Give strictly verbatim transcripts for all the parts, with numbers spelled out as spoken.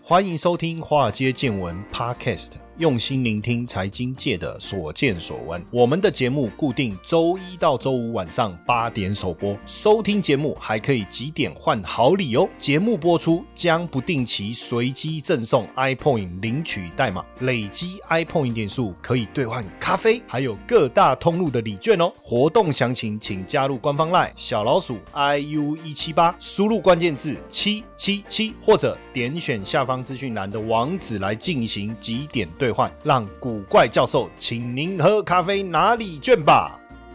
欢迎收听华尔街见闻 Podcast， 用心聆听财经界的所见所闻。我们的节目固定周一到周五晚上八点首播，收听节目还可以集点换好礼哦。节目播出将不定期随机赠送 iPoint 领取代码，累积 iPoint 点数可以兑换咖啡，还有各大通路的礼券哦。活动详情请加入官方 LINE 小老鼠 I U 一七八， 输入关键字七七七，或者点选下方资讯栏的网址来进行集点兑换，让古怪教授请您喝咖啡拿礼券吧。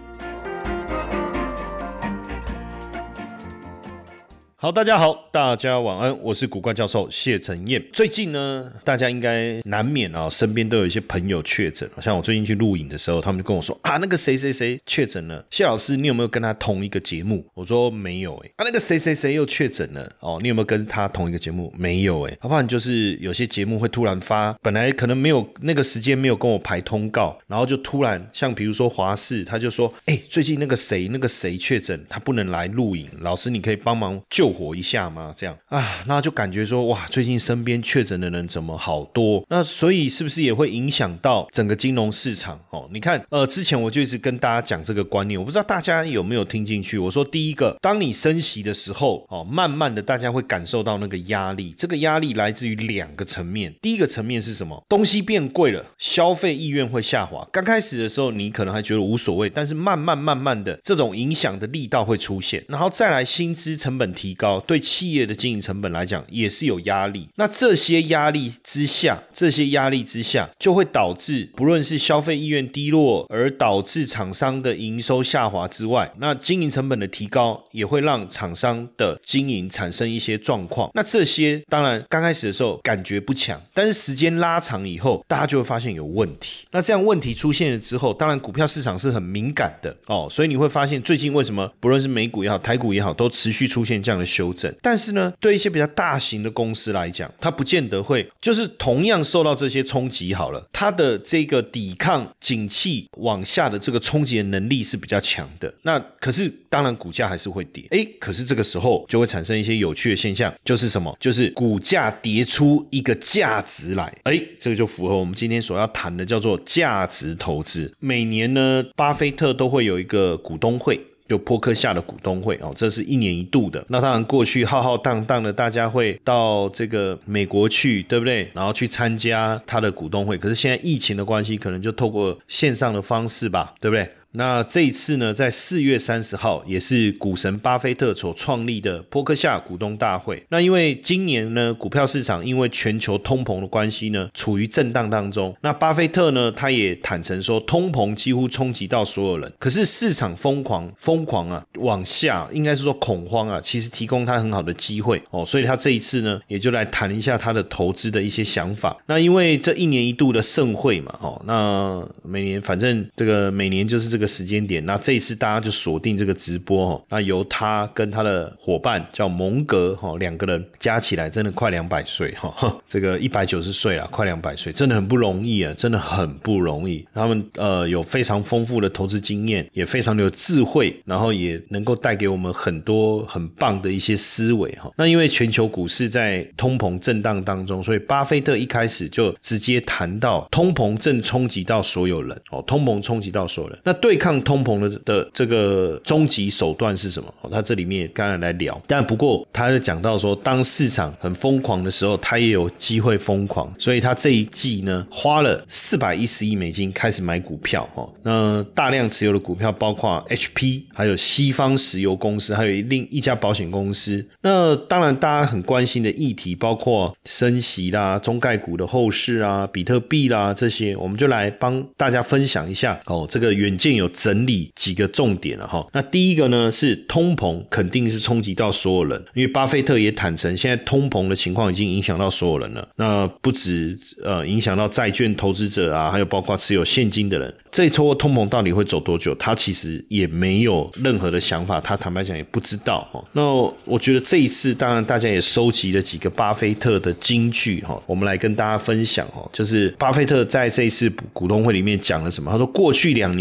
好，大家好，大家晚安，我是古怪教授谢承彦。最近呢，大家应该难免啊，身边都有一些朋友确诊，像我最近去录影的时候，他们就跟我说啊，那个谁谁谁确诊了，谢老师，你有没有跟他同一个节目？我说没有哎、欸。啊，那个谁谁谁又确诊了哦，你有没有跟他同一个节目？没有哎、欸。要不然就是有些节目会突然发，本来可能没有那个时间没有跟我排通告，然后就突然像比如说华视，他就说，哎、欸，最近那个谁那个谁确诊，他不能来录影，老师你可以帮忙救火一下吗？这样啊，那就感觉说哇，最近身边确诊的人怎么好多？那所以是不是也会影响到整个金融市场？哦，你看，呃，之前我就一直跟大家讲这个观念，我不知道大家有没有听进去。我说第一个，当你升息的时候，哦，慢慢的大家会感受到那个压力，这个压力来自于两个层面。第一个层面是什么？东西变贵了，消费意愿会下滑。刚开始的时候，你可能还觉得无所谓，但是慢慢慢慢的，这种影响的力道会出现，然后再来薪资成本提高，对企业的经营成本来讲也是有压力。那这些压力之下，这些压力之下，就会导致不论是消费意愿低落，而导致厂商的营收下滑之外，那经营成本的提高也会让厂商的经营产生一些状况。那这些当然刚开始的时候感觉不强，但是时间拉长以后，大家就会发现有问题。那这样问题出现了之后，当然股票市场是很敏感的哦，所以你会发现最近为什么不论是美股也好，台股也好，都持续出现这样的修正。但是呢，对一些比较大型的公司来讲，它不见得会就是同样受到这些冲击好了，它的这个抵抗景气往下的这个冲击的能力是比较强的。那可是当然股价还是会跌，诶，可是这个时候就会产生一些有趣的现象，就是什么？就是股价跌出一个价值来，诶，这个就符合我们今天所要谈的叫做价值投资。每年呢，巴菲特都会有一个股东会，就波克夏的股东会哦，这是一年一度的。那当然过去浩浩荡荡的大家会到这个美国去，对不对？然后去参加他的股东会，可是现在疫情的关系，可能就透过线上的方式吧，对不对？那这一次呢，在四月三十号也是股神巴菲特所创立的波克夏股东大会。那因为今年呢，股票市场因为全球通膨的关系呢，处于震荡当中。那巴菲特呢，他也坦诚说，通膨几乎冲击到所有人。可是市场疯狂疯狂啊，往下应该是说恐慌啊，其实提供他很好的机会哦。所以他这一次呢，也就来谈一下他的投资的一些想法。那因为这一年一度的盛会嘛，哦，那每年反正这个每年就是这个时间点，那这一次大家就锁定这个直播、哦、那由他跟他的伙伴叫蒙格、哦、两个人加起来真的快两百岁、哦、这个一百九十岁啦，快两百岁，真的很不容易啊，真的很不容易。他们呃有非常丰富的投资经验，也非常的有智慧，然后也能够带给我们很多很棒的一些思维、哦、那因为全球股市在通膨震荡当中，所以巴菲特一开始就直接谈到通膨正冲击到所有人、哦、通膨冲击到所有人，那对对抗通膨 的, 的这个终极手段是什么、哦、他这里面刚才来聊，但不过他就讲到说，当市场很疯狂的时候，他也有机会疯狂，所以他这一季呢花了四百一十亿美金开始买股票、哦、那大量持有的股票包括 H P 还有西方石油公司，还有另一家保险公司。那当然大家很关心的议题包括升息啦、中概股的后市啊、比特币啦，这些我们就来帮大家分享一下哦。这个远见有整理几个重点了哈。那第一个呢是通膨肯定是冲击到所有人，因为巴菲特也坦诚，现在通膨的情况已经影响到所有人了。那不止呃影响到债券投资者啊，还有包括持有现金的人。这一波通膨到底会走多久，他其实也没有任何的想法，他坦白讲也不知道。那我觉得这一次当然大家也收集了几个巴菲特的金句，我们来跟大家分享。就是巴菲特在这一次股东会里面讲了什么，他说过去两年的美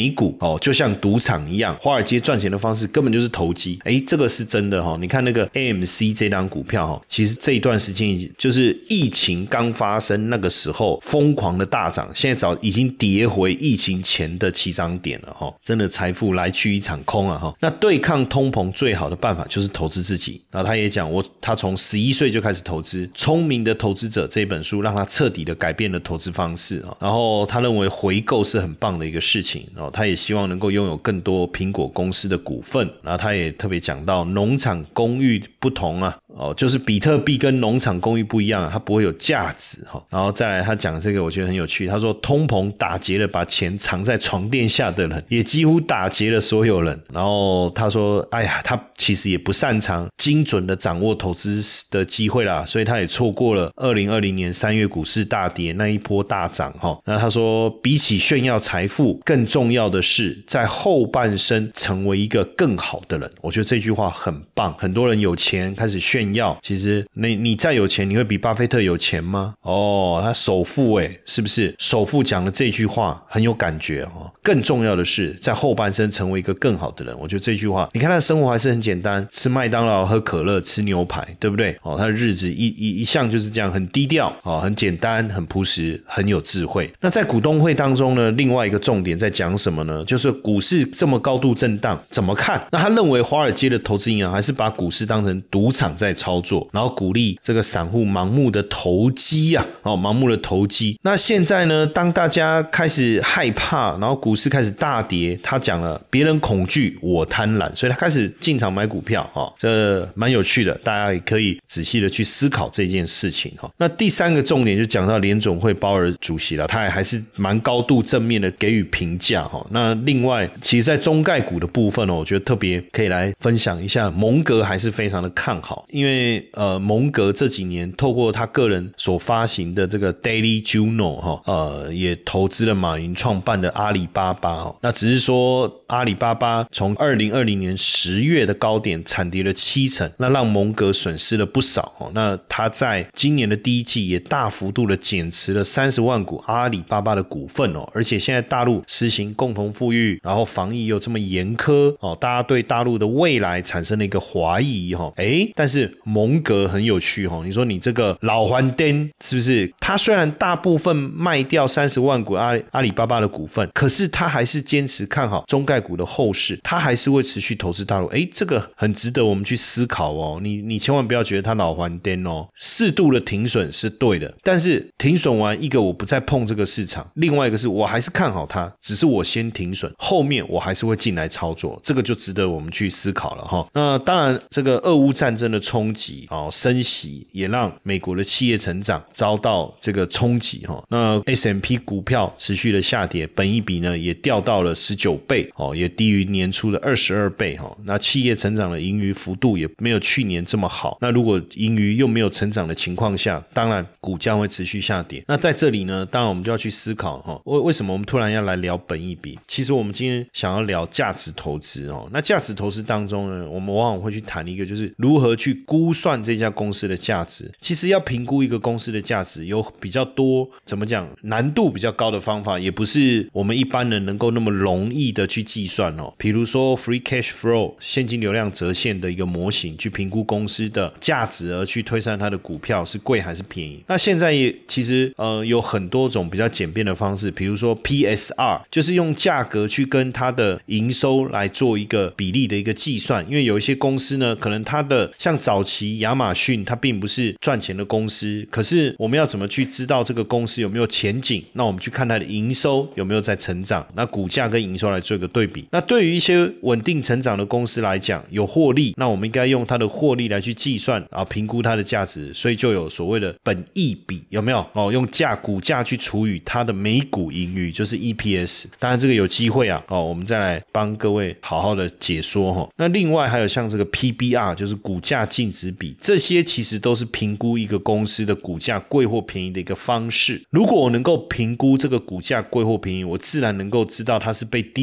美股哦，就像赌场一样，华尔街赚钱的方式根本就是投机。诶，这个是真的哈、哦。你看那个 A M C 这档股票哈、哦，其实这一段时间就是疫情刚发生那个时候疯狂的大涨，现在早已经跌回疫情前的起涨点了哈、哦。真的财富来去一场空啊哈、哦。那对抗通膨最好的办法就是投资自己。然后他也讲，我他从十一岁就开始投资，《聪明的投资者》这本书让他彻底的改变了投资方式啊。然后他认为回购是很棒的一个事情，然后他也希望能够拥有更多苹果公司的股份。然后他也特别讲到农场公寓不同啊，哦，就是比特币跟农场公寓不一样、啊，它不会有价值哈。然后再来他讲这个我觉得很有趣，他说通膨打劫了把钱藏在床垫下的人，也几乎打劫了所有人。然后他说哎呀，他其实也不擅长精准的掌握投资的机会啦，所以他也错过了二零二零年三月股市大跌那一波大涨哈。那他说比起炫耀财富更重要的是在后半生成为一个更好的人。我觉得这句话很棒。很多人有钱开始炫耀，其实你你再有钱，你会比巴菲特有钱吗？哦，他首富诶，是不是？首富讲的这句话很有感觉哦。更重要的是在后半生成为一个更好的人。我觉得这句话，你看他的生活还是很简单，吃麦当劳、喝可乐、吃牛排，对不对？哦，他的日子一一一向就是这样，很低调，哦，很简单，很朴实，很有智慧。那在股东会当中呢，另外一个重点在讲什么呢？就是股市这么高度震荡，怎么看？那他认为华尔街的投资银行还是把股市当成赌场在操作，然后鼓励这个散户盲目的投机啊，哦，盲目的投机。那现在呢，当大家开始害怕，然后股市开始大跌，他讲了别人恐惧，我贪婪，所以他开始进场买股票，哦，这蛮有趣的，大家也可以仔细的去思考这件事情。哦，那第三个重点就讲到联总会鲍尔主席了，他也还是蛮高度正面的给予评价。哦，那另外其实在中概股的部分哦，我觉得特别可以来分享一下，蒙格还是非常的看好，因为呃蒙格这几年透过他个人所发行的这个 Daily Journal 哈、哦，呃也投资了马云创办的阿里巴巴。哦，那只是说阿里巴巴从二零二零年十月的高点惨跌了七成，那让蒙格损失了不少。哦，那他在今年的第一季也大幅度的减持了三十万股阿里巴巴的股份哦，而且现在大陆实行共同富裕，然后防疫又这么严苛哦，大家对大陆的未来产生了一个怀疑哈。诶，但是蒙格很有趣哈，你说你这个老还颠是不是？他虽然大部分卖掉三十万股阿里阿里巴巴的股份，可是他还是坚持看好中概股的后市，他还是会持续投资大陆。诶，这个很值得我们去思考哦。你你千万不要觉得他老还颠哦，适度的停损是对的，但是停损完一个我不再碰这个市场，另外一个是我还是看好它，只是我先停损，后面我还是会进来操作，这个就值得我们去思考了哈。那当然，这个俄乌战争的冲击哦，升息也让美国的企业成长遭到这个冲击哈。那 S and P 股票持续的下跌，本益比呢也掉到了十九倍哦，也低于年初的二十二倍哈。那企业成长的盈余幅度也没有去年这么好。那如果盈余又没有成长的情况下，当然股价会持续下跌。那在这里呢，当然我们就要去思考哈，为为什么我们突然要来聊本益比？其实我们今天想要聊价值投资哦。那价值投资当中呢，我们往往会去谈一个，就是如何去估算这家公司的价值。其实要评估一个公司的价值，有比较多怎么讲难度比较高的方法，也不是我们一般人能够那么容易的去计算哦。比如说 free cash flow 现金流量折现的一个模型，去评估公司的价值，而去推算它的股票是贵还是便宜。那现在也其实呃有很多种比较简便的方式，比如说 P S R 就是用价格去跟它的营收来做一个比例的一个计算。因为有一些公司呢，可能它的像早期亚马逊，它并不是赚钱的公司，可是我们要怎么去知道这个公司有没有前景？那我们去看它的营收有没有在成长，那股价跟营收来做一个对比。那对于一些稳定成长的公司来讲，有获利，那我们应该用它的获利来去计算，然后评估它的价值，所以就有所谓的本益比，有没有？哦，用价股价去除以它的每股盈余，就是 E P S。当然这个有机会啊，哦，我们再来帮各位好好的解说哈、哦。那另外还有像这个 P B R， 就是股价净值比，这些其实都是评估一个公司的股价贵或便宜的一个方式。如果我能够评估这个股价贵或便宜，我自然能够知道它是被低估还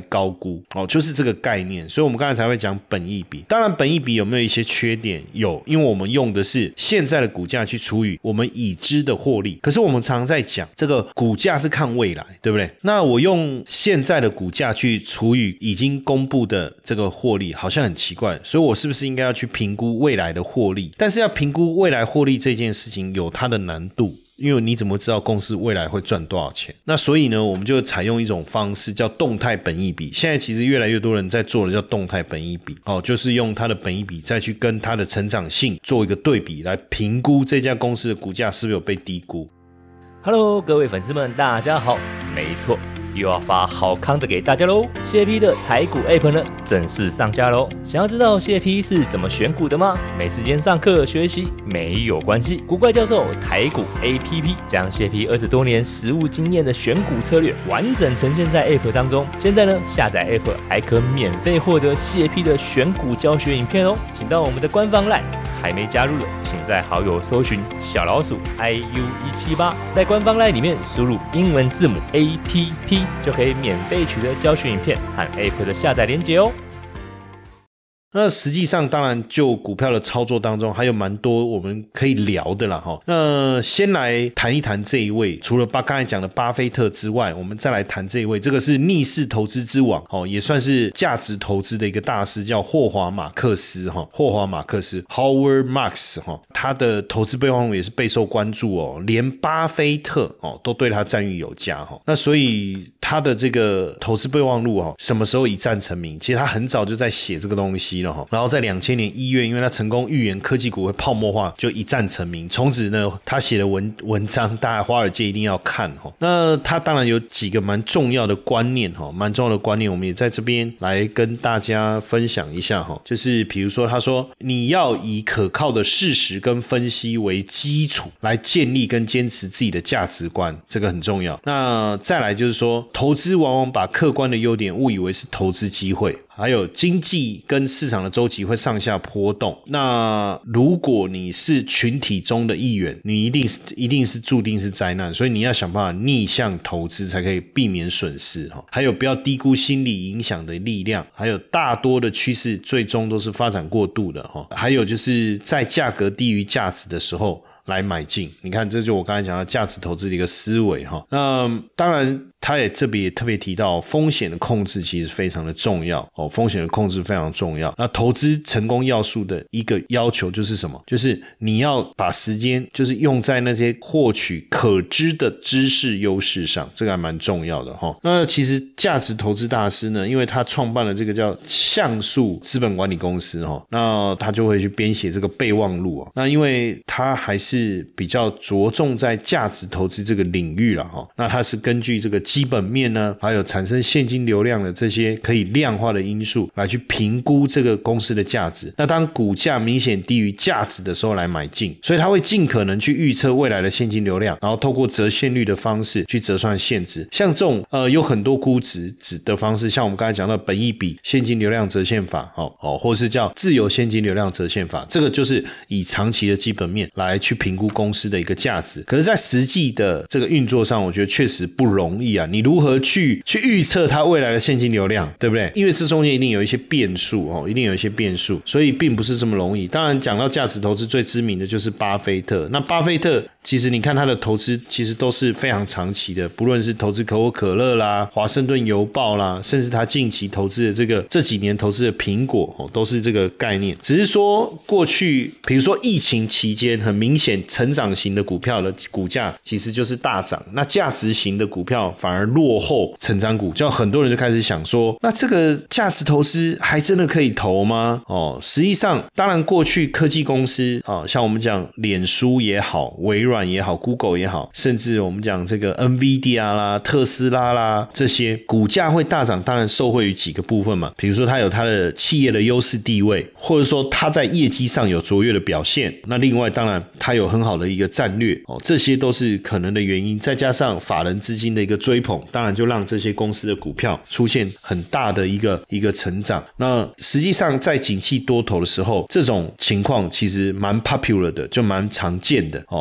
高估哦，就是这个概念。所以我们刚才才会讲本益比。当然本益比有没有一些缺点？有，因为我们用的是现在的股价去除以我们已知的获利。可是我们常常在讲这个股价是看未来，对不对？那我用现在的股价去除以已经公布的这个获利，好像很奇怪。所以我是不是应该要去评估未来的获利？但是要评估未来获利这件事情有它的难度。因为你怎么知道公司未来会赚多少钱？那所以呢，我们就采用一种方式叫动态本益比。现在其实越来越多人在做的叫动态本益比，哦，就是用它的本益比再去跟它的成长性做一个对比，来评估这家公司的股价是不是有被低估。 Hello， 各位粉丝们，大家好，没错。又要发好康的给大家喽！谢 P 的台股 App 呢正式上架喽！想要知道谢 P 是怎么选股的吗？没时间上课学习没有关系，古怪教授台股 A P P 将谢 P 二十多年实务经验的选股策略完整呈现在 App 当中。现在呢，下载 App 还可免费获得谢 P 的选股教学影片哦！请到我们的官方 LINE， 还没加入的，请在好友搜寻小老鼠 I U 一七八，在官方 LINE 里面输入英文字母 A P P。就可以免费取得教学影片和 App 的下载连结哦。 那实际上当然就股票的操作当中还有蛮多我们可以聊的啦齁。那先来谈一谈这一位，除了刚才讲的巴菲特之外，我们再来谈这一位，这个是逆势投资之王齁，也算是价值投资的一个大师，叫霍华马克斯齁，霍华马克斯 Howard Marks 齁，他的投资备忘录也是备受关注哦，连巴菲特哦都对他赞誉有加齁。那所以他的这个投资备忘录哦，什么时候一战成名？其实他很早就在写这个东西。然后在两千年一月，因为他成功预言科技股会泡沫化，就一战成名。从此呢，他写的文文章，大家华尔街一定要看。那他当然有几个蛮重要的观念，蛮重要的观念，我们也在这边来跟大家分享一下。就是比如说，他说你要以可靠的事实跟分析为基础，来建立跟坚持自己的价值观，这个很重要。那再来就是说，投资往往把客观的优点误以为是投资机会。还有经济跟市场的周期会上下波动，那如果你是群体中的一员，你一定是一定是注定是灾难，所以你要想办法逆向投资才可以避免损失。还有不要低估心理影响的力量，还有大多的趋势最终都是发展过度的，还有就是在价格低于价值的时候来买进。你看，这就我刚才讲的价值投资的一个思维。那当然他也这边也特别提到风险的控制其实非常的重要哦，风险的控制非常重要。那投资成功要素的一个要求就是什么？就是你要把时间就是用在那些获取可知的知识优势上，这个还蛮重要的齁。那其实价值投资大师呢，因为他创办了这个叫像素资本管理公司齁，那他就会去编写这个备忘录哦。那因为他还是比较着重在价值投资这个领域啦齁，那他是根据这个基本面呢，还有产生现金流量的这些可以量化的因素来去评估这个公司的价值。那当股价明显低于价值的时候来买进，所以他会尽可能去预测未来的现金流量，然后透过折现率的方式去折算现值。像这种呃有很多估值的方式，像我们刚才讲到本益比、现金流量折现法哦哦，或是叫自由现金流量折现法，这个就是以长期的基本面来去评估公司的一个价值。可是在实际的这个运作上，我觉得确实不容易啊。你如何去去预测它未来的现金流量，对不对？因为这中间一定有一些变数哦，一定有一些变数，所以并不是这么容易。当然讲到价值投资最知名的就是巴菲特。那巴菲特其实你看他的投资其实都是非常长期的，不论是投资可口可乐啦、华盛顿邮报啦，甚至他近期投资的这个这几年投资的苹果哦，都是这个概念。只是说过去比如说疫情期间，很明显成长型的股票的股价其实就是大涨，那价值型的股票反而落后成长股，就很多人就开始想说，那这个价值投资还真的可以投吗？哦，实际上当然过去科技公司啊，像我们讲脸书也好，微软也好， Google 也好，甚至我们讲这个 Nvidia 啦、特斯拉啦，这些股价会大涨，当然受惠于几个部分嘛，比如说它有它的企业的优势地位，或者说它在业绩上有卓越的表现，那另外当然它有很好的一个战略哦，这些都是可能的原因，再加上法人资金的一个追捧，当然就让这些公司的股票出现很大的一个一个成长。那实际上在景气多头的时候，这种情况其实蛮 popular 的，就蛮常见的哦，很多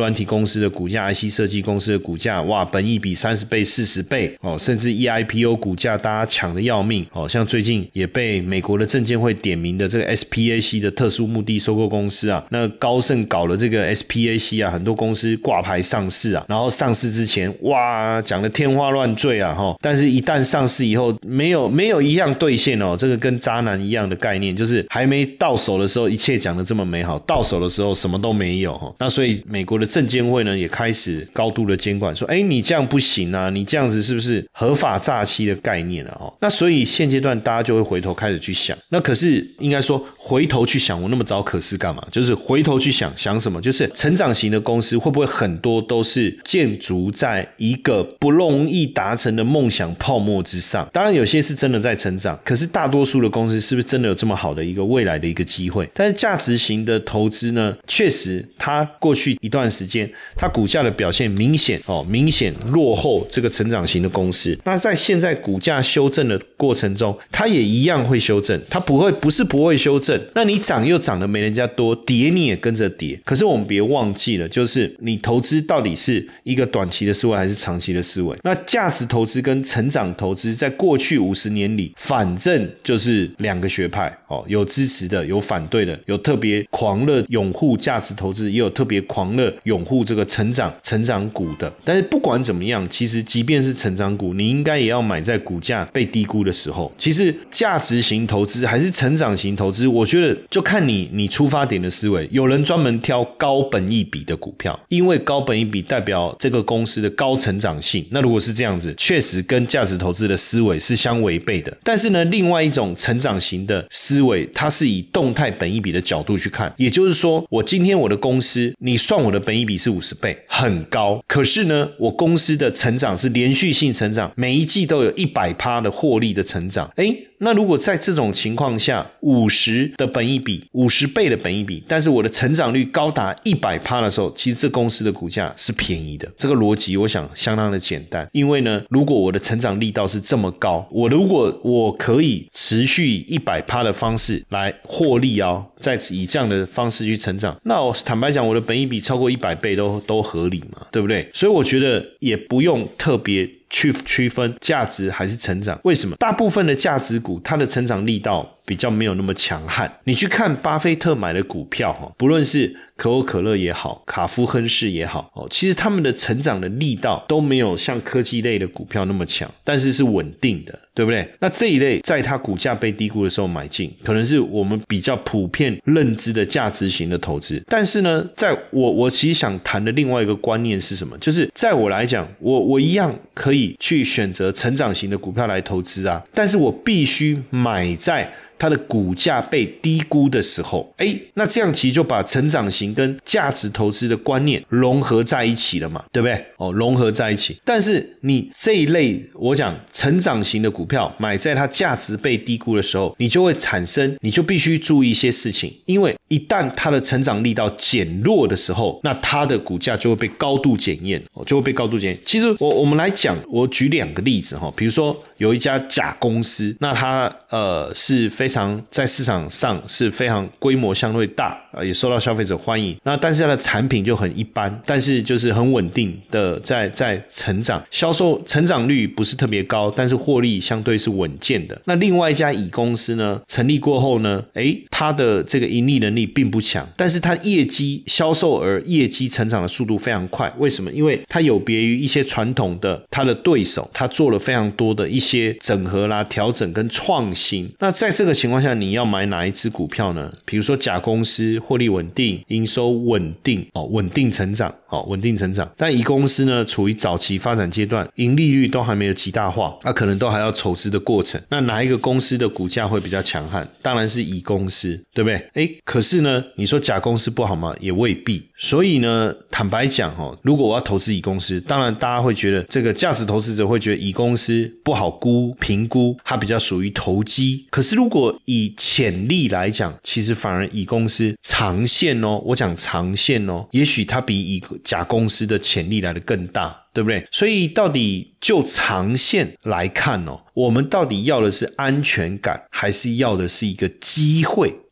软体公司的股价 I C 设计公司的股价，哇，本益比三十倍四十倍哦，甚至 E I P O 股价大家抢得要命哦，像最近也被美国的证监会点名的这个 S P A C 的特殊目的收购公司啊，那高盛搞了这个 S P A C 啊，很多公司挂牌上市啊，然后上市之前哇讲得天花乱坠啊齁，但是一旦上市以后没有没有一样兑现哦，这个跟渣男一样的概念，就是还没到手的时候一切讲得这么美好，到手的时候什么都没有齁。那所以美国的证监会呢也开始高度的监管，说哎你这样不行啊，你这样子是不是合法诈欺的概念啊齁。那所以现阶段大家就会回头开始去想，那可是应该说回头去想，我那么早可是干嘛？就是回头去想想什么？就是成长型的公司会不会很多都是建筑在一个不容易达成的梦想泡沫之上？当然有些是真的在成长，可是大多数的公司是不是真的有这么好的一个未来的一个机会？但是价值型的投资呢，确实它过去一段时间它股价的表现明显哦，明显落后这个成长型的公司。那在现在股价修正的过程中，它也一样会修正，它不会不是不会修正。那你涨又涨得没人家多，跌你也跟着跌。可是我们别忘记了，就是你投资到底是一个短期的思维还是长期的思维？那价值投资跟成长投资在过去五十年里，反正就是两个学派哦，有支持的，有反对的，有特别狂热拥护价值投资，也有特别狂热拥护这个成长成长股的。但是不管怎么样，其实即便是成长股，你应该也要买在股价被低估的时候。其实价值型投资还是成长型投资，我觉得就看你你出发点的思维。有人专门挑高本益比的股票，因为高本益比代表这个公司的高成长性。那如果是这样子，确实跟价值投资的思维是相违背的。但是呢，另外一种成长型的思维，它是以动态本益比的角度去看，也就是说，我今天我的公司，你算我的本益比是五十倍，很高。可是呢，我公司的成长是连续性成长，每一季都有 百分之百 的获利的成长。诶，那如果在这种情况下，五十的本益比，五十倍的本益比，但是我的成长率高达 百分之百 的时候，其实这公司的股价是便宜的。这个逻辑我想相当的简单，因为呢，如果我的成长力道是这么高，我如果我可以持续以 百分之百 的方式来获利哦，再以这样的方式去成长，那我坦白讲，我的本益比超过一百倍都都合理嘛，对不对？所以我觉得也不用特别去区分价值还是成长。为什么？大部分的价值股它的成长力道比较没有那么强悍。你去看巴菲特买的股票，不论是可口可乐也好，卡夫亨氏也好，其实他们的成长的力道都没有像科技类的股票那么强，但是是稳定的，对不对？那这一类在它股价被低估的时候买进，可能是我们比较普遍认知的价值型的投资。但是呢，在我我其实想谈的另外一个观念是什么？就是在我来讲，我我一样可以去选择成长型的股票来投资啊，但是我必须买在它的股价被低估的时候，诶，那这样其实就把成长型跟价值投资的观念融合在一起了嘛，对不对？哦，融合在一起。但是你这一类，我讲成长型的股票买在它价值被低估的时候，你就会产生，你就必须注意一些事情，因为一旦它的成长力道减弱的时候，那它的股价就会被高度检验，就会被高度检验。其实我我们来讲，我举两个例子哈，比如说有一家甲公司，那它呃是非常在市场上是非常规模相对大，也受到消费者欢迎。那但是它的产品就很一般，但是就是很稳定的在在成长，销售成长率不是特别高，但是获利相对是稳健的。那另外一家乙公司呢，成立过后呢，诶，它的这个盈利能力并不强，但是它业绩销售额业绩成长的速度非常快。为什么？因为它有别于一些传统的它的对手，它做了非常多的一些整合啦、调整跟创新。那在这个情况下，你要买哪一支股票呢？比如说甲公司获利稳定，营收稳定，哦，稳定成长，哦，稳定成长。但乙公司呢，处于早期发展阶段，盈利率都还没有极大化，那、啊、可能都还要筹资的过程。那哪一个公司的股价会比较强悍？当然是乙公司，对不对？诶，可是呢，你说甲公司不好吗？也未必。所以呢，坦白讲哦，如果我要投资乙公司，当然大家会觉得这个价值投资者会觉得乙公司不好估评估，它比较属于投机。可是如果以潜力来讲，其实反而乙公司长线哦，我讲长线哦，也许它比乙甲公司的潜力来得更大，对不对？所以到底就长线来看哦，我们到底要的是安全感，还是要的是一个机会？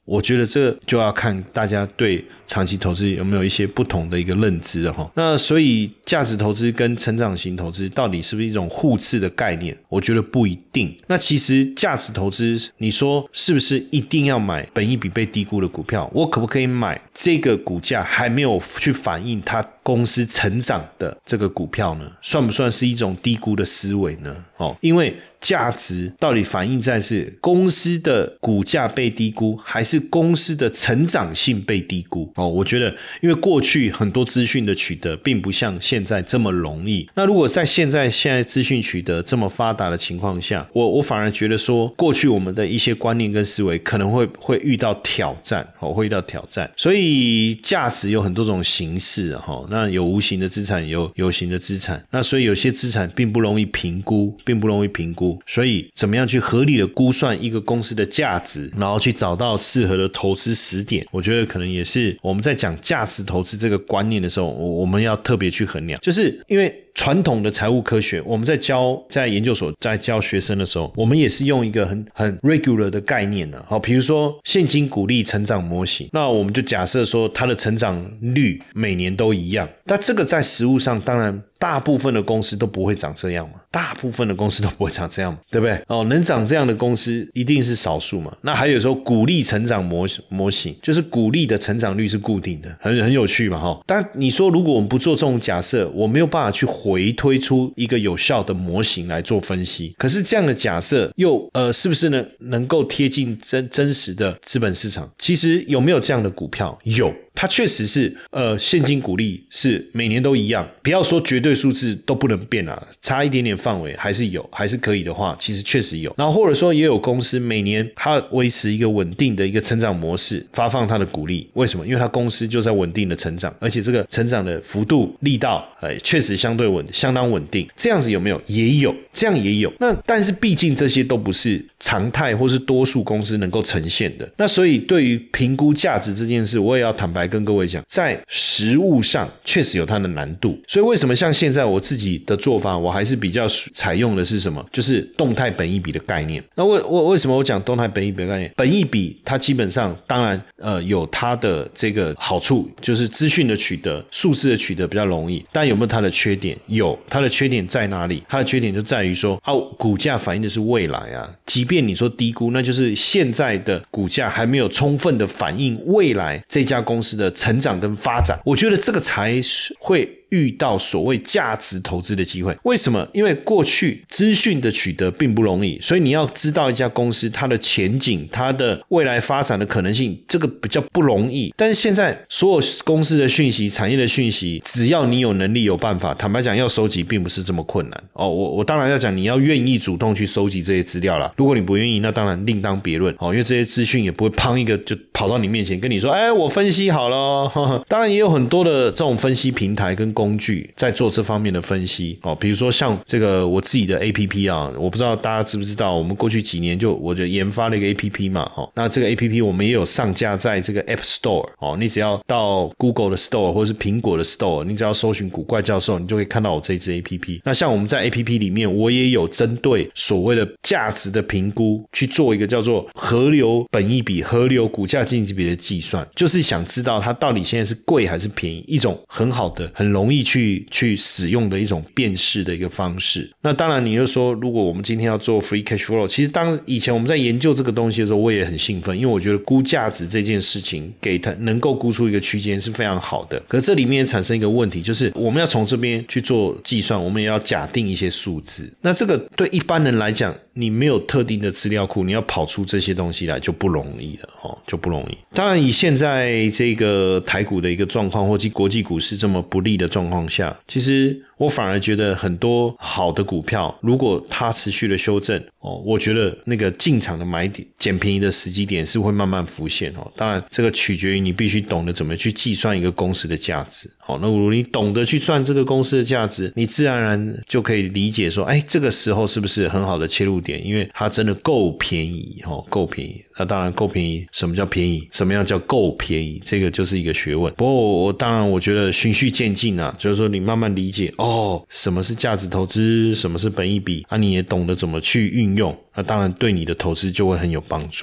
我觉得这就要看大家对长期投资有没有一些不同的一个认知齁。那所以价值投资跟成长型投资到底是不是一种互斥的概念？我觉得不一定。那其实价值投资，你说是不是一定要买本益比被低估的股票？我可不可以买这个股价还没有去反映它公司成长的这个股票呢？算不算是一种低估的思维呢？哦，因为价值到底反映在是公司的股价被低估，还是公司的成长性被低估？哦，我觉得因为过去很多资讯的取得并不像现在这么容易。那如果在现在现在资讯取得这么发达的情况下，我我反而觉得说，过去我们的一些观念跟思维可能会会遇到挑战，哦，会遇到挑战。所以价值有很多种形式，哦，那有无形的资产，有有形的资产。那所以有些资产并不容易评估，并不容易评估。所以怎么样去合理的估算一个公司的价值，然后去找到适合的投资时点，我觉得可能也是我们在讲价值投资这个观念的时候，我们要特别去衡量。就是因为传统的财务科学，我们在教在研究所在教学生的时候，我们也是用一个很很 regular 的概念呢。好，比如说现金股利成长模型，那我们就假设说它的成长率每年都一样。那这个在实务上当然大部分的公司都不会长这样嘛，大部分的公司都不会长这样嘛，对不对？哦，能长这样的公司一定是少数嘛。那还有说股利成长模模型，就是股利的成长率是固定的，很很有趣嘛，哈。但你说如果我们不做这种假设，我没有办法去回推出一个有效的模型来做分析。可是这样的假设又呃是不是呢能够贴近真真实的资本市场？其实有没有这样的股票？有。它确实是呃现金股利是每年都一样，不要说绝对数字都不能变啊，差一点点范围还是有，还是可以的话，其实确实有。然后或者说也有公司每年它维持一个稳定的一个成长模式，发放它的股利。为什么？因为它公司就在稳定的成长，而且这个成长的幅度力道呃确实相对稳相当稳定。这样子有没有？也有，这样也有。那但是毕竟这些都不是常态或是多数公司能够呈现的。那所以对于评估价值这件事，我也要坦白跟各位讲，在实务上确实有它的难度。所以为什么像现在我自己的做法，我还是比较采用的是什么？就是动态本益比的概念。那为为什么我讲动态本益比的概念？本益比它基本上当然呃有它的这个好处，就是资讯的取得、数字的取得比较容易。但有没有它的缺点？有。它的缺点在哪里？它的缺点就在于说啊，股价反映的是未来啊。即便你说低估，那就是现在的股价还没有充分的反映未来这家公司的成长跟发展。我觉得这个才会遇到所谓价值投资的机会。为什么？因为过去资讯的取得并不容易，所以你要知道一家公司它的前景、它的未来发展的可能性，这个比较不容易。但是现在所有公司的讯息、产业的讯息，只要你有能力、有办法，坦白讲要收集并不是这么困难哦。我我当然要讲你要愿意主动去收集这些资料啦。如果你不愿意，那当然另当别论哦。因为这些资讯也不会砰一个就跑到你面前跟你说，哎，我分析好了。呵呵当然也有很多的这种分析平台跟工具在做这方面的分析哦，比如说像这个我自己的 A P P 啊，我不知道大家知不知道，我们过去几年就我就研发了一个 A P P 嘛，哦，那这个 A P P 我们也有上架在这个 App Store 哦，你只要到 Google 的 Store 或者是苹果的 Store， 你只要搜寻古怪教授，你就可以看到我这支 A P P。那像我们在 A P P 里面，我也有针对所谓的价值的评估去做一个叫做河流本益比、河流股价净值比的计算，就是想知道它到底现在是贵还是便宜，一种很好的、很容易去去使用的一种辨识的一个方式。那当然你就说，如果我们今天要做 free cash flow， 其实当以前我们在研究这个东西的时候，我也很兴奋，因为我觉得估价值这件事情给它能够估出一个区间是非常好的。可是这里面产生一个问题，就是我们要从这边去做计算，我们也要假定一些数字。那这个对一般人来讲，你没有特定的资料库，你要跑出这些东西来就不容易了，哦，就不容易。当然以现在这个台股的一个状况，或者国际股市这么不利的状况下，其实我反而觉得很多好的股票，如果它持续的修正，哦，我觉得那个进场的买点、捡便宜的时机点是会慢慢浮现，哦。当然这个取决于你必须懂得怎么去计算一个公司的价值，哦。那如果你懂得去算这个公司的价值，你自然而然就可以理解说，哎，这个时候是不是很好的切入点？因为它真的够便宜，哦，够便宜。那当然够便宜，什么叫便宜？什么样叫够便宜？这个就是一个学问。不过我我当然我觉得循序渐进啊，就是说你慢慢理解，哦，什么是价值投资，什么是本益比，啊，你也懂得怎么去运用，那当然对你的投资就会很有帮助。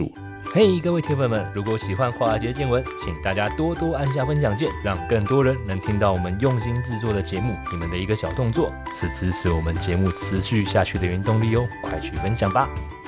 嘿，各位铁粉们，如果喜欢华尔街见闻，请大家多多按下分享键，让更多人能听到我们用心制作的节目。你们的一个小动作，是支持我们节目持续下去的原动力哦，快去分享吧！